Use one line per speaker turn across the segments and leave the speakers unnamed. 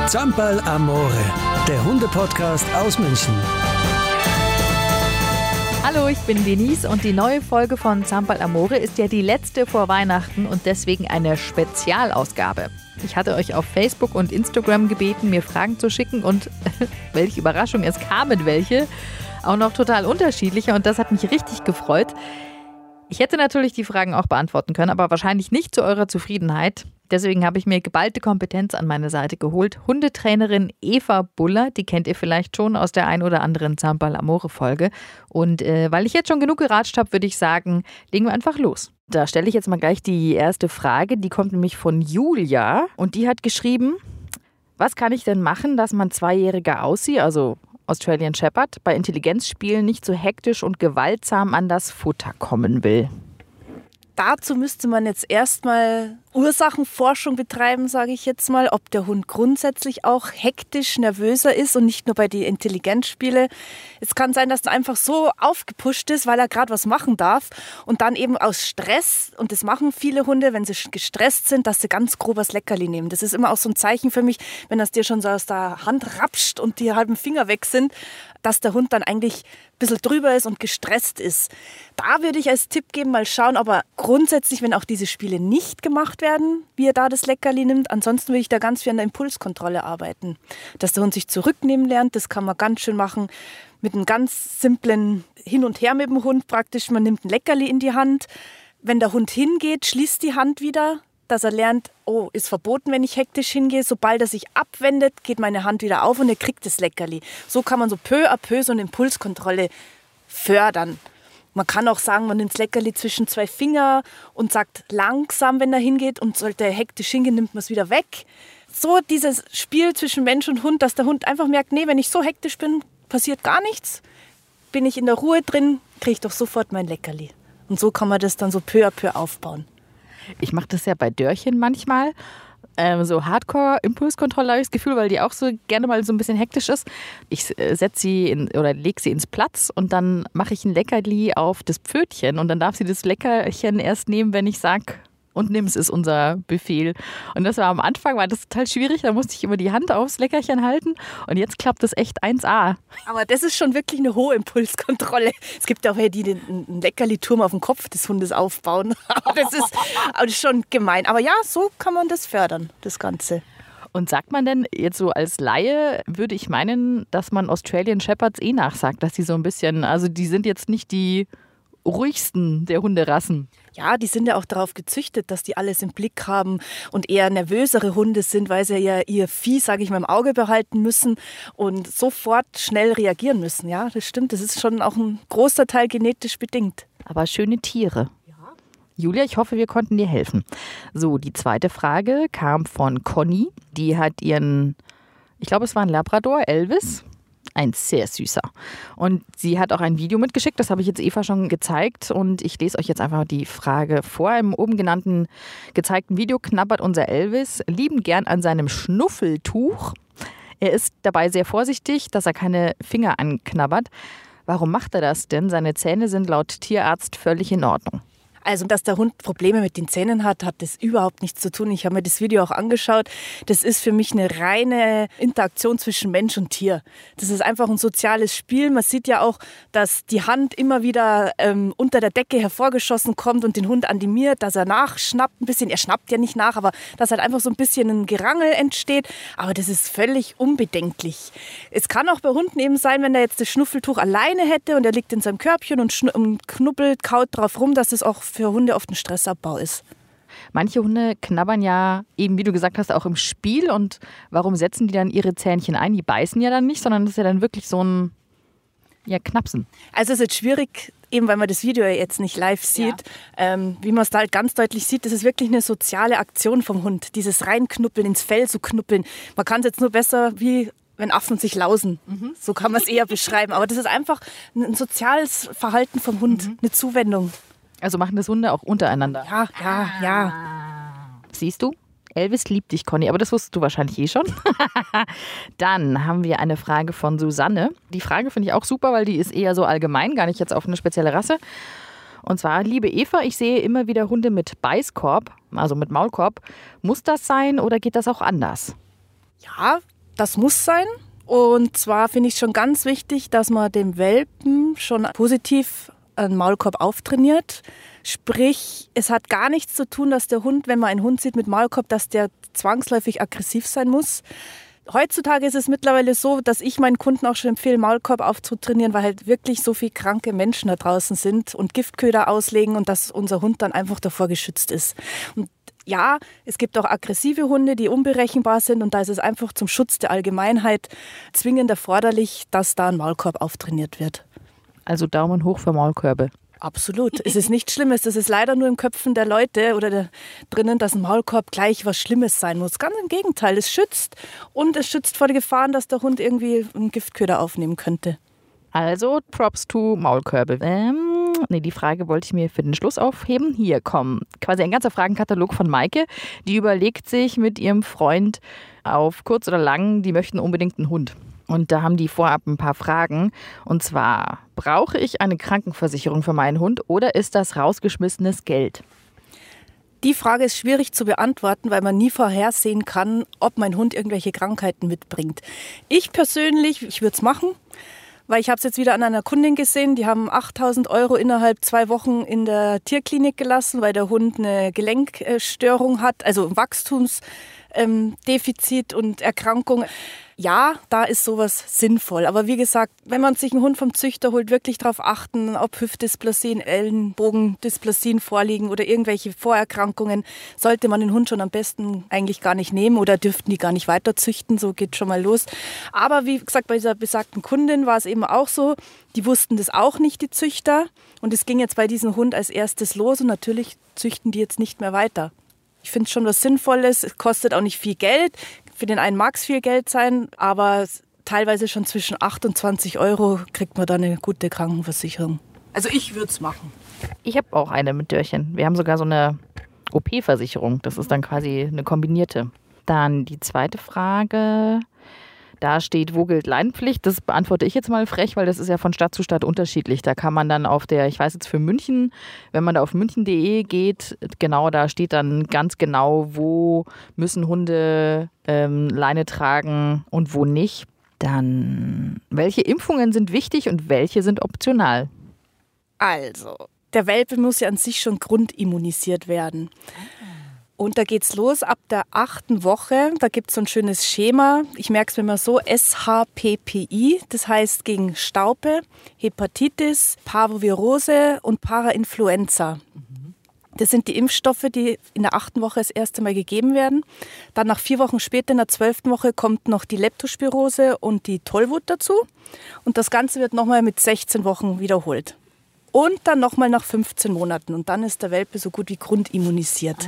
Zamperl Amore, der Hunde-Podcast aus München.
Hallo, ich bin Denise und die neue Folge von Zamperl Amore ist ja die letzte vor Weihnachten und deswegen eine Spezialausgabe. Ich hatte euch auf Facebook und Instagram gebeten, mir Fragen zu schicken und welche Überraschung, es kamen welche, auch noch total unterschiedliche und das hat mich richtig gefreut. Ich hätte natürlich die Fragen auch beantworten können, aber wahrscheinlich nicht zu eurer Zufriedenheit. Deswegen habe ich mir geballte Kompetenz an meine Seite geholt. Hundetrainerin Eva Buller, die kennt ihr vielleicht schon aus der ein oder anderen Zamperl Amore Folge. Und weil ich jetzt schon genug geratscht habe, würde ich sagen, legen wir einfach los. Da stelle ich jetzt mal gleich die erste Frage. Die kommt nämlich von Julia und die hat geschrieben, was kann ich denn machen, dass man Zweijähriger aussieht, also Australian Shepherd, bei Intelligenzspielen nicht so hektisch und gewaltsam an das Futter kommen will?
Dazu müsste man jetzt erstmal Ursachenforschung betreiben, sage ich jetzt mal, ob der Hund grundsätzlich auch hektisch, nervöser ist und nicht nur bei den Intelligenzspielen. Es kann sein, dass er einfach so aufgepusht ist, weil er gerade was machen darf und dann eben aus Stress, und das machen viele Hunde, wenn sie gestresst sind, dass sie ganz grobes Leckerli nehmen. Das ist immer auch so ein Zeichen für mich, wenn das dir schon so aus der Hand rapscht und die halben Finger weg sind, dass der Hund dann eigentlich ein bisschen drüber ist und gestresst ist. Da würde ich als Tipp geben, mal schauen, ob er grundsätzlich, wenn auch diese Spiele nicht gemacht werden, wie er da das Leckerli nimmt. Ansonsten würde ich da ganz viel an der Impulskontrolle arbeiten. Dass der Hund sich zurücknehmen lernt, das kann man ganz schön machen mit einem ganz simplen Hin und Her mit dem Hund praktisch. Man nimmt ein Leckerli in die Hand. Wenn der Hund hingeht, schließt die Hand wieder, dass er lernt, oh, ist verboten, wenn ich hektisch hingehe. Sobald er sich abwendet, geht meine Hand wieder auf und er kriegt das Leckerli. So kann man so peu à peu so eine Impulskontrolle fördern. Man kann auch sagen, man nimmt das Leckerli zwischen zwei Finger und sagt langsam, wenn er hingeht, und sollte er hektisch hingehen, nimmt man es wieder weg. So dieses Spiel zwischen Mensch und Hund, dass der Hund einfach merkt, nee, wenn ich so hektisch bin, passiert gar nichts. Bin ich in der Ruhe drin, kriege ich doch sofort mein Leckerli. Und so kann man das dann so peu à peu aufbauen.
Ich mache das ja bei Dörrchen manchmal. So Hardcore-Impulskontrolle habe ich das Gefühl, weil die auch so gerne mal so ein bisschen hektisch ist. Ich setze sie lege sie ins Platz und dann mache ich ein Leckerli auf das Pfötchen und dann darf sie das Leckerchen erst nehmen, wenn ich sage, und nimm's, ist unser Befehl. Und das war am Anfang, war das total schwierig, da musste ich immer die Hand aufs Leckerchen halten und jetzt klappt das echt 1A.
Aber das ist schon wirklich eine hohe Impulskontrolle. Es gibt auch welche, die den Leckerli-Turm auf dem Kopf des Hundes aufbauen. Aber das ist schon gemein. Aber ja, so kann man das fördern, das Ganze.
Und sagt man denn, jetzt so als Laie, würde ich meinen, dass man Australian Shepherds nachsagt, dass die so ein bisschen, also die sind jetzt nicht die ruhigsten der Hunderassen.
Ja, die sind ja auch darauf gezüchtet, dass die alles im Blick haben und eher nervösere Hunde sind, weil sie ja ihr Vieh, sage ich mal, im Auge behalten müssen und sofort schnell reagieren müssen. Ja, das stimmt. Das ist schon auch ein großer Teil genetisch bedingt.
Aber schöne Tiere. Ja. Julia, ich hoffe, wir konnten dir helfen. So, die zweite Frage kam von Conny. Die hat ihren, ich glaube, es war ein Labrador, Elvis. Ein sehr süßer. Und sie hat auch ein Video mitgeschickt, das habe ich jetzt Eva schon gezeigt und ich lese euch jetzt einfach die Frage vor. Im oben genannten gezeigten Video knabbert unser Elvis liebend gern an seinem Schnuffeltuch. Er ist dabei sehr vorsichtig, dass er keine Finger anknabbert. Warum macht er das denn? Seine Zähne sind laut Tierarzt völlig in Ordnung.
Also, dass der Hund Probleme mit den Zähnen hat, hat das überhaupt nichts zu tun. Ich habe mir das Video auch angeschaut. Das ist für mich eine reine Interaktion zwischen Mensch und Tier. Das ist einfach ein soziales Spiel. Man sieht ja auch, dass die Hand immer wieder unter der Decke hervorgeschossen kommt und den Hund animiert, dass er nachschnappt ein bisschen. Er schnappt ja nicht nach, aber dass halt einfach so ein bisschen ein Gerangel entsteht. Aber das ist völlig unbedenklich. Es kann auch bei Hunden eben sein, wenn er jetzt das Schnuffeltuch alleine hätte und er liegt in seinem Körbchen und knubbelt, kaut drauf rum, dass es auch für Hunde oft ein Stressabbau ist.
Manche Hunde knabbern ja eben, wie du gesagt hast, auch im Spiel. Und warum setzen die dann ihre Zähnchen ein? Die beißen ja dann nicht, sondern das ist ja dann wirklich so ein Knapsen.
Also es ist jetzt schwierig, eben weil man das Video jetzt nicht live sieht. Ja. Wie man es da halt ganz deutlich sieht, das ist wirklich eine soziale Aktion vom Hund. Dieses Reinknuppeln, ins Fell zu knuppeln. Man kann es jetzt nur besser wie wenn Affen sich lausen. So kann man es eher beschreiben. Aber das ist einfach ein soziales Verhalten vom Hund, eine Zuwendung.
Also machen das Hunde auch untereinander?
Ja.
Siehst du? Elvis liebt dich, Conny, aber das wusstest du wahrscheinlich eh schon. Dann haben wir eine Frage von Susanne. Die Frage finde ich auch super, weil die ist eher so allgemein, gar nicht jetzt auf eine spezielle Rasse. Und zwar, liebe Eva, ich sehe immer wieder Hunde mit Beißkorb, also mit Maulkorb. Muss das sein oder geht das auch anders?
Ja, Das muss sein. Und zwar finde ich schon ganz wichtig, dass man dem Welpen schon positiv einen Maulkorb auftrainiert. Sprich, es hat gar nichts zu tun, dass der Hund, wenn man einen Hund sieht mit Maulkorb, dass der zwangsläufig aggressiv sein muss. Heutzutage ist es mittlerweile so, dass ich meinen Kunden auch schon empfehle, Maulkorb aufzutrainieren, weil halt wirklich so viele kranke Menschen da draußen sind und Giftköder auslegen und dass unser Hund dann einfach davor geschützt ist. Und ja, es gibt auch aggressive Hunde, die unberechenbar sind und da ist es einfach zum Schutz der Allgemeinheit zwingend erforderlich, dass da ein Maulkorb auftrainiert wird.
Also Daumen hoch für Maulkörbe.
Absolut. Es ist nichts Schlimmes. Das ist leider nur im Köpfen der Leute oder drinnen, dass ein Maulkorb gleich was Schlimmes sein muss. Ganz im Gegenteil. Es schützt und es schützt vor den Gefahren, dass der Hund irgendwie einen Giftköder aufnehmen könnte.
Also Props to Maulkörbe. Die Frage wollte ich mir für den Schluss aufheben. Hier kommen quasi ein ganzer Fragenkatalog von Maike. Die überlegt sich mit ihrem Freund auf kurz oder lang, die möchten unbedingt einen Hund. Und da haben die vorab ein paar Fragen. Und zwar, brauche ich eine Krankenversicherung für meinen Hund oder ist das rausgeschmissenes Geld?
Die Frage ist schwierig zu beantworten, weil man nie vorhersehen kann, ob mein Hund irgendwelche Krankheiten mitbringt. Ich persönlich, ich würde es machen, weil ich habe es jetzt wieder an einer Kundin gesehen, die haben 8.000 € innerhalb 2 Wochen in der Tierklinik gelassen, weil der Hund eine Gelenkstörung hat, also Wachstumsdefizit und Erkrankung. Ja, da ist sowas sinnvoll. Aber wie gesagt, wenn man sich einen Hund vom Züchter holt, wirklich darauf achten, ob Hüftdysplasien, Ellenbogendysplasien vorliegen oder irgendwelche Vorerkrankungen, sollte man den Hund schon am besten eigentlich gar nicht nehmen oder dürften die gar nicht weiter züchten. So geht schon mal los. Aber wie gesagt, bei dieser besagten Kundin war es eben auch so, die wussten das auch nicht, die Züchter. Und es ging jetzt bei diesem Hund als erstes los und natürlich züchten die jetzt nicht mehr weiter. Ich finde es schon was Sinnvolles, es kostet auch nicht viel Geld. Für den einen mag es viel Geld sein, aber teilweise schon zwischen 8 und 20 € kriegt man da eine gute Krankenversicherung. Also ich würde es machen.
Ich habe auch eine mit Dörrchen. Wir haben sogar so eine OP-Versicherung. Das ist dann quasi eine kombinierte. Dann die zweite Frage. Da steht, wo gilt Leinenpflicht? Das beantworte ich jetzt mal frech, weil das ist ja von Stadt zu Stadt unterschiedlich. Da kann man dann auf der, ich weiß jetzt für München, wenn man da auf münchen.de geht, genau, da steht dann ganz genau, wo müssen Hunde Leine tragen und wo nicht. Dann, welche Impfungen sind wichtig und welche sind optional?
Also, der Welpe muss ja an sich schon grundimmunisiert werden. Und da geht's los ab der 8. Woche. Da gibt's so ein schönes Schema. Ich merke es mir mal so, SHPPI, das heißt gegen Staupe, Hepatitis, Parvovirose und Parainfluenza. Das sind die Impfstoffe, die in der 8. Woche das erste Mal gegeben werden. Dann nach 4 Wochen später, in der 12. Woche, kommt noch die Leptospirose und die Tollwut dazu. Und das Ganze wird nochmal mit 16 Wochen wiederholt. Und dann nochmal nach 15 Monaten. Und dann ist der Welpe so gut wie grundimmunisiert.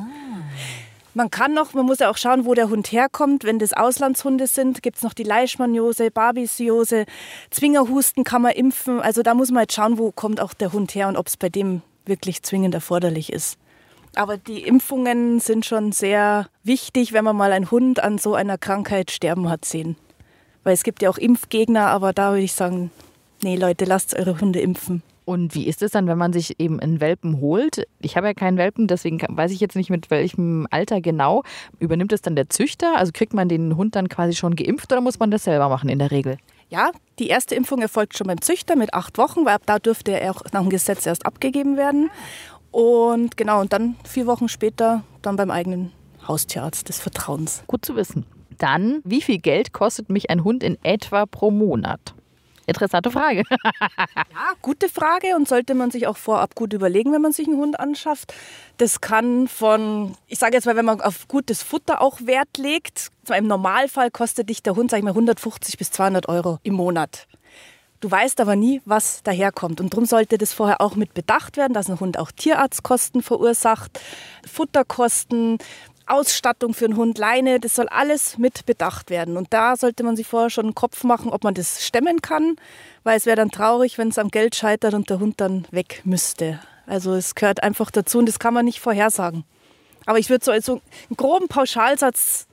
Man muss ja auch schauen, wo der Hund herkommt. Wenn das Auslandshunde sind, gibt es noch die Leishmaniose, Babesiose, Zwingerhusten kann man impfen. Also da muss man jetzt schauen, wo kommt auch der Hund her und ob es bei dem wirklich zwingend erforderlich ist. Aber die Impfungen sind schon sehr wichtig, wenn man mal einen Hund an so einer Krankheit sterben hat sehen. Weil es gibt ja auch Impfgegner, aber da würde ich sagen, nee Leute, lasst eure Hunde impfen.
Und wie ist es dann, wenn man sich eben einen Welpen holt? Ich habe ja keinen Welpen, deswegen weiß ich jetzt nicht, mit welchem Alter genau. Übernimmt es dann der Züchter? Also kriegt man den Hund dann quasi schon geimpft oder muss man das selber machen in der Regel?
Ja, die erste Impfung erfolgt schon beim Züchter mit 8 Wochen, weil ab da dürfte er auch nach dem Gesetz erst abgegeben werden. Und genau, und dann 4 Wochen später dann beim eigenen Haustierarzt des Vertrauens.
Gut zu wissen. Dann, wie viel Geld kostet mich ein Hund in etwa pro Monat? Interessante Frage.
Ja, gute Frage und sollte man sich auch vorab gut überlegen, wenn man sich einen Hund anschafft. Das kann ich sage jetzt mal, wenn man auf gutes Futter auch Wert legt, im Normalfall kostet dich der Hund, sag ich mal, 150 bis 200 € im Monat. Du weißt aber nie, was daherkommt. Und darum sollte das vorher auch mit bedacht werden, dass ein Hund auch Tierarztkosten verursacht, Futterkosten, Ausstattung für einen Hund, Leine, das soll alles mit bedacht werden. Und da sollte man sich vorher schon einen Kopf machen, ob man das stemmen kann, weil es wäre dann traurig, wenn es am Geld scheitert und der Hund dann weg müsste. Also es gehört einfach dazu und das kann man nicht vorhersagen. Aber ich würde so als einen groben Pauschalsatz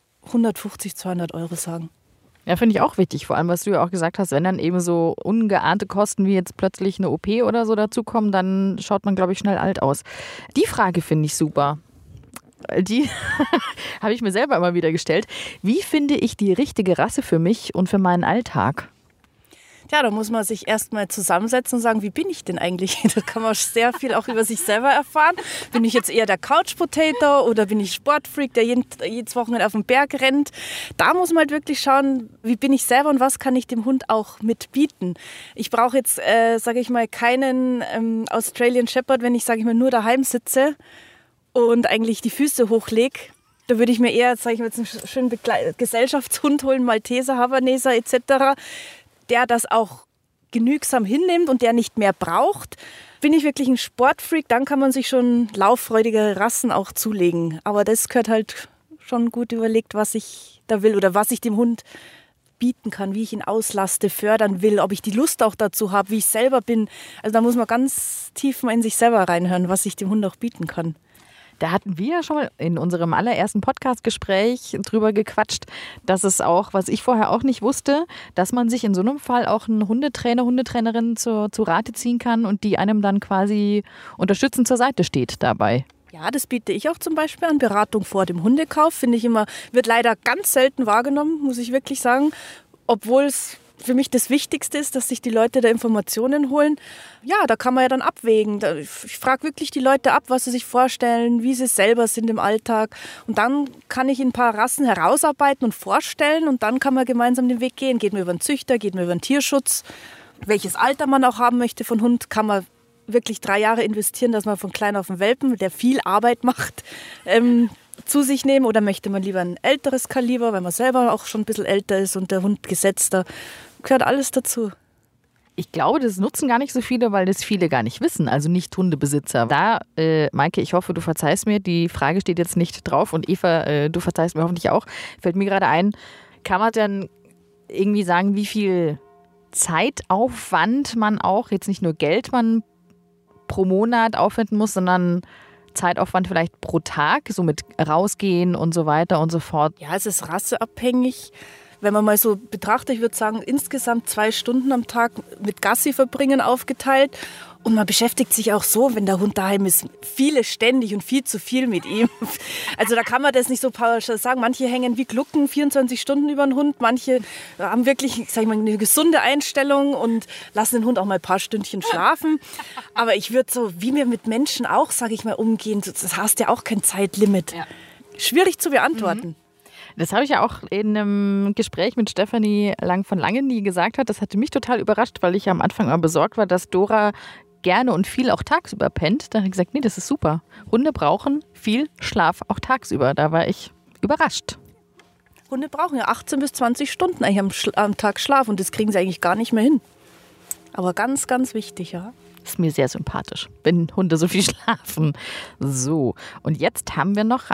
150, 200 € sagen.
Ja, finde ich auch wichtig. Vor allem, was du ja auch gesagt hast, wenn dann eben so ungeahnte Kosten wie jetzt plötzlich eine OP oder so dazukommen, dann schaut man, glaube ich, schnell alt aus. Die Frage finde ich super. die habe ich mir selber immer wieder gestellt. Wie finde ich die richtige Rasse für mich und für meinen Alltag?
Ja, da muss man sich erstmal zusammensetzen und sagen, wie bin ich denn eigentlich? Da kann man sehr viel auch über sich selber erfahren. Bin ich jetzt eher der Couch Potato oder bin ich Sportfreak, der jedes Wochenende auf den Berg rennt? Da muss man halt wirklich schauen, wie bin ich selber und was kann ich dem Hund auch mitbieten. Ich brauche jetzt, sage ich mal, keinen Australian Shepherd, wenn ich, sage ich mal, nur daheim sitze und eigentlich die Füße hochlege. Da würde ich mir eher, sage ich mal, jetzt einen schönen Gesellschaftshund holen, Malteser, Havaneser etc., der das auch genügsam hinnimmt und der nicht mehr braucht. Bin ich wirklich ein Sportfreak, dann kann man sich schon lauffreudige Rassen auch zulegen. Aber das gehört halt schon gut überlegt, was ich da will oder was ich dem Hund bieten kann, wie ich ihn auslaste, fördern will, ob ich die Lust auch dazu habe, wie ich selber bin. Also da muss man ganz tief mal in sich selber reinhören, was ich dem Hund auch bieten kann.
Da hatten wir ja schon mal in unserem allerersten Podcast-Gespräch drüber gequatscht, dass es auch, was ich vorher auch nicht wusste, dass man sich in so einem Fall auch einen Hundetrainer, Hundetrainerin zu Rate ziehen kann und die einem dann quasi unterstützend zur Seite steht dabei.
Ja, das biete ich auch zum Beispiel an. Beratung vor dem Hundekauf, finde ich immer, wird leider ganz selten wahrgenommen, muss ich wirklich sagen, obwohl es für mich das Wichtigste ist, dass sich die Leute da Informationen holen. Ja, da kann man ja dann abwägen. Ich frage wirklich die Leute ab, was sie sich vorstellen, wie sie selber sind im Alltag. Und dann kann ich ein paar Rassen herausarbeiten und vorstellen und dann kann man gemeinsam den Weg gehen. Geht man über einen Züchter, geht man über einen Tierschutz. Welches Alter man auch haben möchte von Hund, kann man wirklich 3 Jahre investieren, dass man von klein auf den Welpen, der viel Arbeit macht, zu sich nehmen. Oder möchte man lieber ein älteres Kaliber, weil man selber auch schon ein bisschen älter ist und der Hund gesetzter. Gehört alles dazu.
Ich glaube, das nutzen gar nicht so viele, weil das viele gar nicht wissen, also nicht Hundebesitzer. Da, Maike, ich hoffe, du verzeihst mir, die Frage steht jetzt nicht drauf und Eva, du verzeihst mir hoffentlich auch, fällt mir gerade ein, kann man denn irgendwie sagen, wie viel Zeitaufwand man auch, jetzt nicht nur Geld man pro Monat aufwenden muss, sondern Zeitaufwand vielleicht pro Tag, so mit rausgehen und so weiter und so fort?
Ja, es ist rasseabhängig. Wenn man mal so betrachtet, ich würde sagen, insgesamt 2 Stunden am Tag mit Gassi verbringen aufgeteilt. Und man beschäftigt sich auch so, wenn der Hund daheim ist, viele ständig und viel zu viel mit ihm. Also da kann man das nicht so pauschal sagen. Manche hängen wie Glucken 24 Stunden über den Hund. Manche haben wirklich, sag ich mal, eine gesunde Einstellung und lassen den Hund auch mal ein paar Stündchen schlafen. Aber ich würde so, wie wir mit Menschen auch, sage ich mal, umgehen, das hast ja auch kein Zeitlimit. Ja. Schwierig zu beantworten.
Das habe ich ja auch in einem Gespräch mit Stefanie Lang von Langen, die gesagt hat, das hatte mich total überrascht, weil ich ja am Anfang mal besorgt war, dass Dora gerne und viel auch tagsüber pennt. Dann habe ich gesagt, nee, das ist super. Hunde brauchen viel Schlaf, auch tagsüber. Da war ich überrascht.
Hunde brauchen ja 18 bis 20 Stunden eigentlich am Tag Schlaf und das kriegen sie eigentlich gar nicht mehr hin. Aber ganz, ganz wichtig, ja.
Ist mir sehr sympathisch, wenn Hunde so viel schlafen. So, und jetzt haben wir noch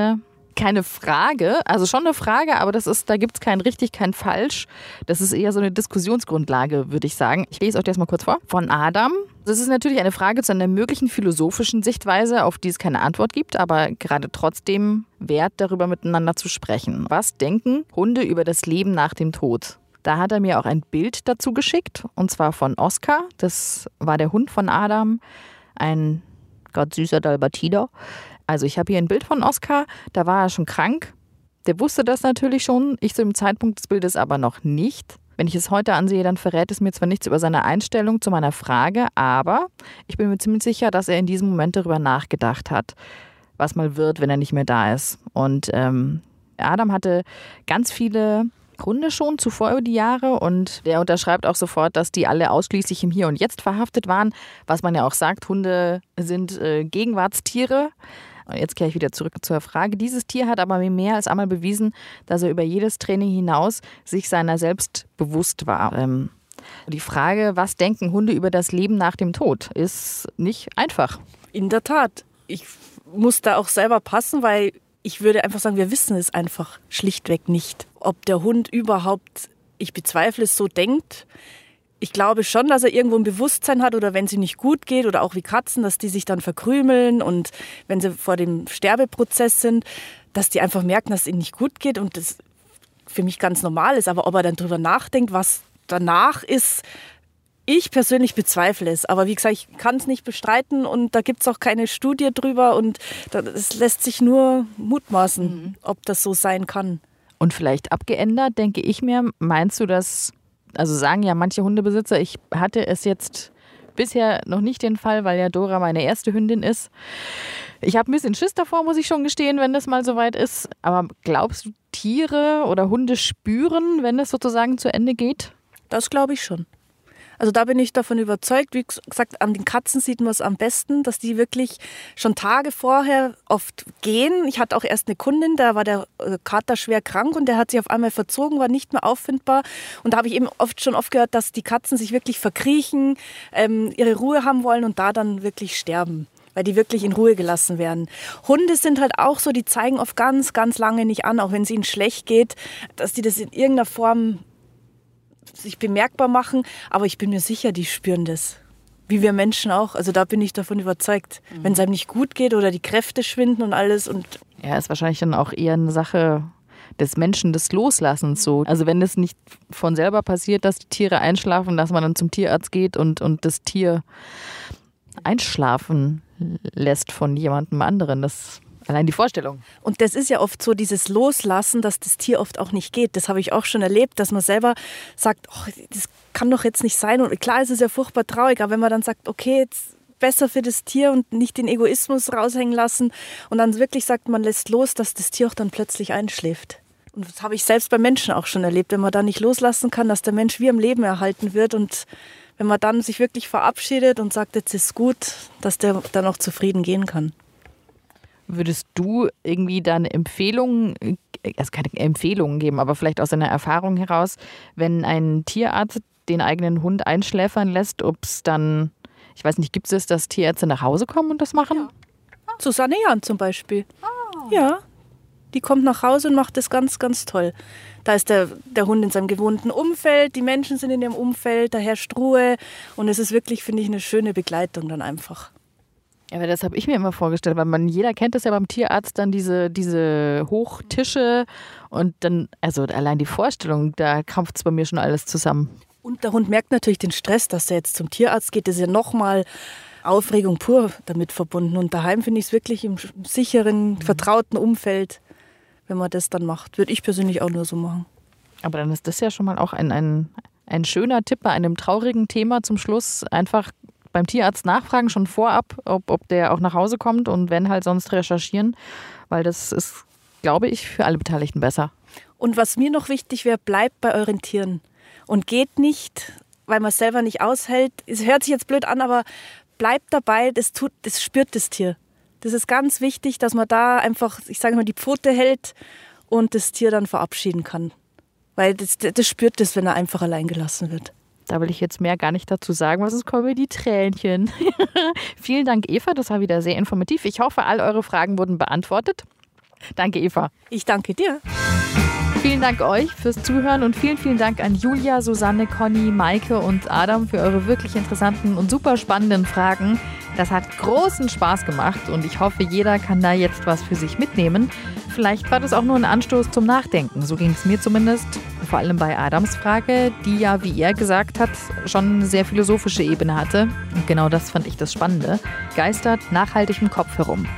keine Frage, also schon eine Frage, aber da gibt es kein richtig, kein falsch. Das ist eher so eine Diskussionsgrundlage, würde ich sagen. Ich lese euch das mal kurz vor. Von Adam. Das ist natürlich eine Frage zu einer möglichen philosophischen Sichtweise, auf die es keine Antwort gibt, aber gerade trotzdem wert, darüber miteinander zu sprechen. Was denken Hunde über das Leben nach dem Tod? Da hat er mir auch ein Bild dazu geschickt, und zwar von Oscar. Das war der Hund von Adam, ein Gott süßer Dalmatiner. Also ich habe hier ein Bild von Oscar, da war er schon krank. Der wusste das natürlich schon, ich zu dem Zeitpunkt des Bildes aber noch nicht. Wenn ich es heute ansehe, dann verrät es mir zwar nichts über seine Einstellung zu meiner Frage, aber ich bin mir ziemlich sicher, dass er in diesem Moment darüber nachgedacht hat, was mal wird, wenn er nicht mehr da ist. Und Adam hatte ganz viele Hunde schon zuvor über die Jahre und der unterschreibt auch sofort, dass die alle ausschließlich im Hier und Jetzt verhaftet waren, was man ja auch sagt, Hunde sind Gegenwartstiere. Und jetzt kehre ich wieder zurück zur Frage. Dieses Tier hat aber mir mehr als einmal bewiesen, dass er über jedes Training hinaus sich seiner selbst bewusst war. Die Frage, was denken Hunde über das Leben nach dem Tod, ist nicht einfach.
In der Tat. Ich muss da auch selber passen, weil ich würde einfach sagen, wir wissen es einfach schlichtweg nicht. Ob der Hund überhaupt, ich bezweifle es, so denkt. Ich glaube schon, dass er irgendwo ein Bewusstsein hat oder wenn sie nicht gut geht oder auch wie Katzen, dass die sich dann verkrümeln und wenn sie vor dem Sterbeprozess sind, dass die einfach merken, dass es ihnen nicht gut geht und das für mich ganz normal ist. Aber ob er dann drüber nachdenkt, was danach ist, Ich persönlich bezweifle es, aber wie gesagt, ich kann es nicht bestreiten und da gibt es auch keine Studie drüber und es lässt sich nur mutmaßen, ob das so sein kann.
Und vielleicht abgeändert, denke ich mir, meinst du das, also sagen ja manche Hundebesitzer, ich hatte es jetzt bisher noch nicht den Fall, weil ja Dora meine erste Hündin ist. Ich habe ein bisschen Schiss davor, muss ich schon gestehen, wenn das mal soweit ist. Aber glaubst du, Tiere oder Hunde spüren, wenn es sozusagen zu Ende geht?
Das glaube ich schon. Also da bin ich davon überzeugt. Wie gesagt, an den Katzen sieht man es am besten, dass die wirklich schon Tage vorher oft gehen. Ich hatte auch erst eine Kundin, da war der Kater schwer krank und der hat sich auf einmal verzogen, war nicht mehr auffindbar. Und da habe ich eben schon oft gehört, dass die Katzen sich wirklich verkriechen, ihre Ruhe haben wollen und da dann wirklich sterben, weil die wirklich in Ruhe gelassen werden. Hunde sind halt auch so, die zeigen oft ganz, ganz lange nicht an, auch wenn es ihnen schlecht geht, dass die das in irgendeiner Form sich bemerkbar machen, aber ich bin mir sicher, die spüren das. Wie wir Menschen auch. Also da bin ich davon überzeugt. Wenn es einem nicht gut geht oder die Kräfte schwinden und alles.
Ja, ist wahrscheinlich dann auch eher eine Sache des Menschen, des Loslassens so. Also wenn es nicht von selber passiert, dass die Tiere einschlafen, dass man dann zum Tierarzt geht und das Tier einschlafen lässt von jemandem anderen. Das allein die Vorstellung.
Und das ist ja oft so, dieses Loslassen, dass das Tier oft auch nicht geht. Das habe ich auch schon erlebt, dass man selber sagt, oh, das kann doch jetzt nicht sein. Und klar, es ist ja furchtbar traurig, aber wenn man dann sagt, okay, jetzt besser für das Tier und nicht den Egoismus raushängen lassen und dann wirklich sagt, man lässt los, dass das Tier auch dann plötzlich einschläft. Und das habe ich selbst bei Menschen auch schon erlebt, wenn man da nicht loslassen kann, dass der Mensch wie am Leben erhalten wird und wenn man dann sich wirklich verabschiedet und sagt, jetzt ist gut, dass der dann auch zufrieden gehen kann.
Würdest du irgendwie da eine Empfehlung, also keine Empfehlungen geben, aber vielleicht aus deiner Erfahrung heraus, wenn ein Tierarzt den eigenen Hund einschläfern lässt, ob es dann, ich weiß nicht, gibt es, dass Tierärzte nach Hause kommen und das machen?
Ja. Susanne Jahn zum Beispiel. Oh. Ja, die kommt nach Hause und macht das ganz, ganz toll. Da ist der Hund in seinem gewohnten Umfeld, die Menschen sind in ihrem Umfeld, da herrscht Ruhe und es ist wirklich, finde ich, eine schöne Begleitung dann einfach.
Ja, aber das habe ich mir immer vorgestellt, weil jeder kennt das ja beim Tierarzt, dann diese Hochtische und dann, also allein die Vorstellung, da krampft es bei mir schon alles zusammen.
Und der Hund merkt natürlich den Stress, dass er jetzt zum Tierarzt geht, das ist ja nochmal Aufregung pur damit verbunden und daheim finde ich es wirklich im sicheren, vertrauten Umfeld, wenn man das dann macht. Würde ich persönlich auch nur so machen.
Aber dann ist das ja schon mal auch ein schöner Tipp bei einem traurigen Thema zum Schluss, einfach beim Tierarzt nachfragen, schon vorab, ob der auch nach Hause kommt und wenn halt sonst recherchieren, weil das ist, glaube ich, für alle Beteiligten besser.
Und was mir noch wichtig wäre, bleibt bei euren Tieren und geht nicht, weil man es selber nicht aushält. Es hört sich jetzt blöd an, aber bleibt dabei, das spürt das Tier. Das ist ganz wichtig, dass man da einfach, ich sage mal, die Pfote hält und das Tier dann verabschieden kann. Weil das spürt das, wenn er einfach allein gelassen wird.
Da will ich jetzt mehr gar nicht dazu sagen, was es kommen die Tränchen. Vielen Dank, Eva, das war wieder sehr informativ. Ich hoffe, all eure Fragen wurden beantwortet. Danke, Eva.
Ich danke dir.
Vielen Dank euch fürs Zuhören und vielen, vielen Dank an Julia, Susanne, Conny, Maike und Adam für eure wirklich interessanten und super spannenden Fragen. Das hat großen Spaß gemacht und ich hoffe, jeder kann da jetzt was für sich mitnehmen. Vielleicht war das auch nur ein Anstoß zum Nachdenken. So ging es mir zumindest. Vor allem bei Adams Frage, die ja, wie er gesagt hat, schon eine sehr philosophische Ebene hatte. Und genau das fand ich das Spannende. Geistert nachhaltig im Kopf herum.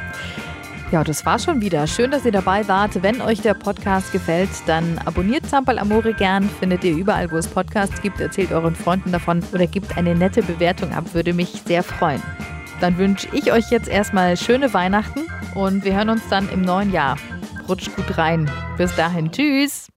Ja, das war's schon wieder. Schön, dass ihr dabei wart. Wenn euch der Podcast gefällt, dann abonniert Zampal Amore gern. Findet ihr überall, wo es Podcasts gibt. Erzählt euren Freunden davon oder gebt eine nette Bewertung ab. Würde mich sehr freuen. Dann wünsche ich euch jetzt erstmal schöne Weihnachten und wir hören uns dann im neuen Jahr. Rutscht gut rein. Bis dahin. Tschüss.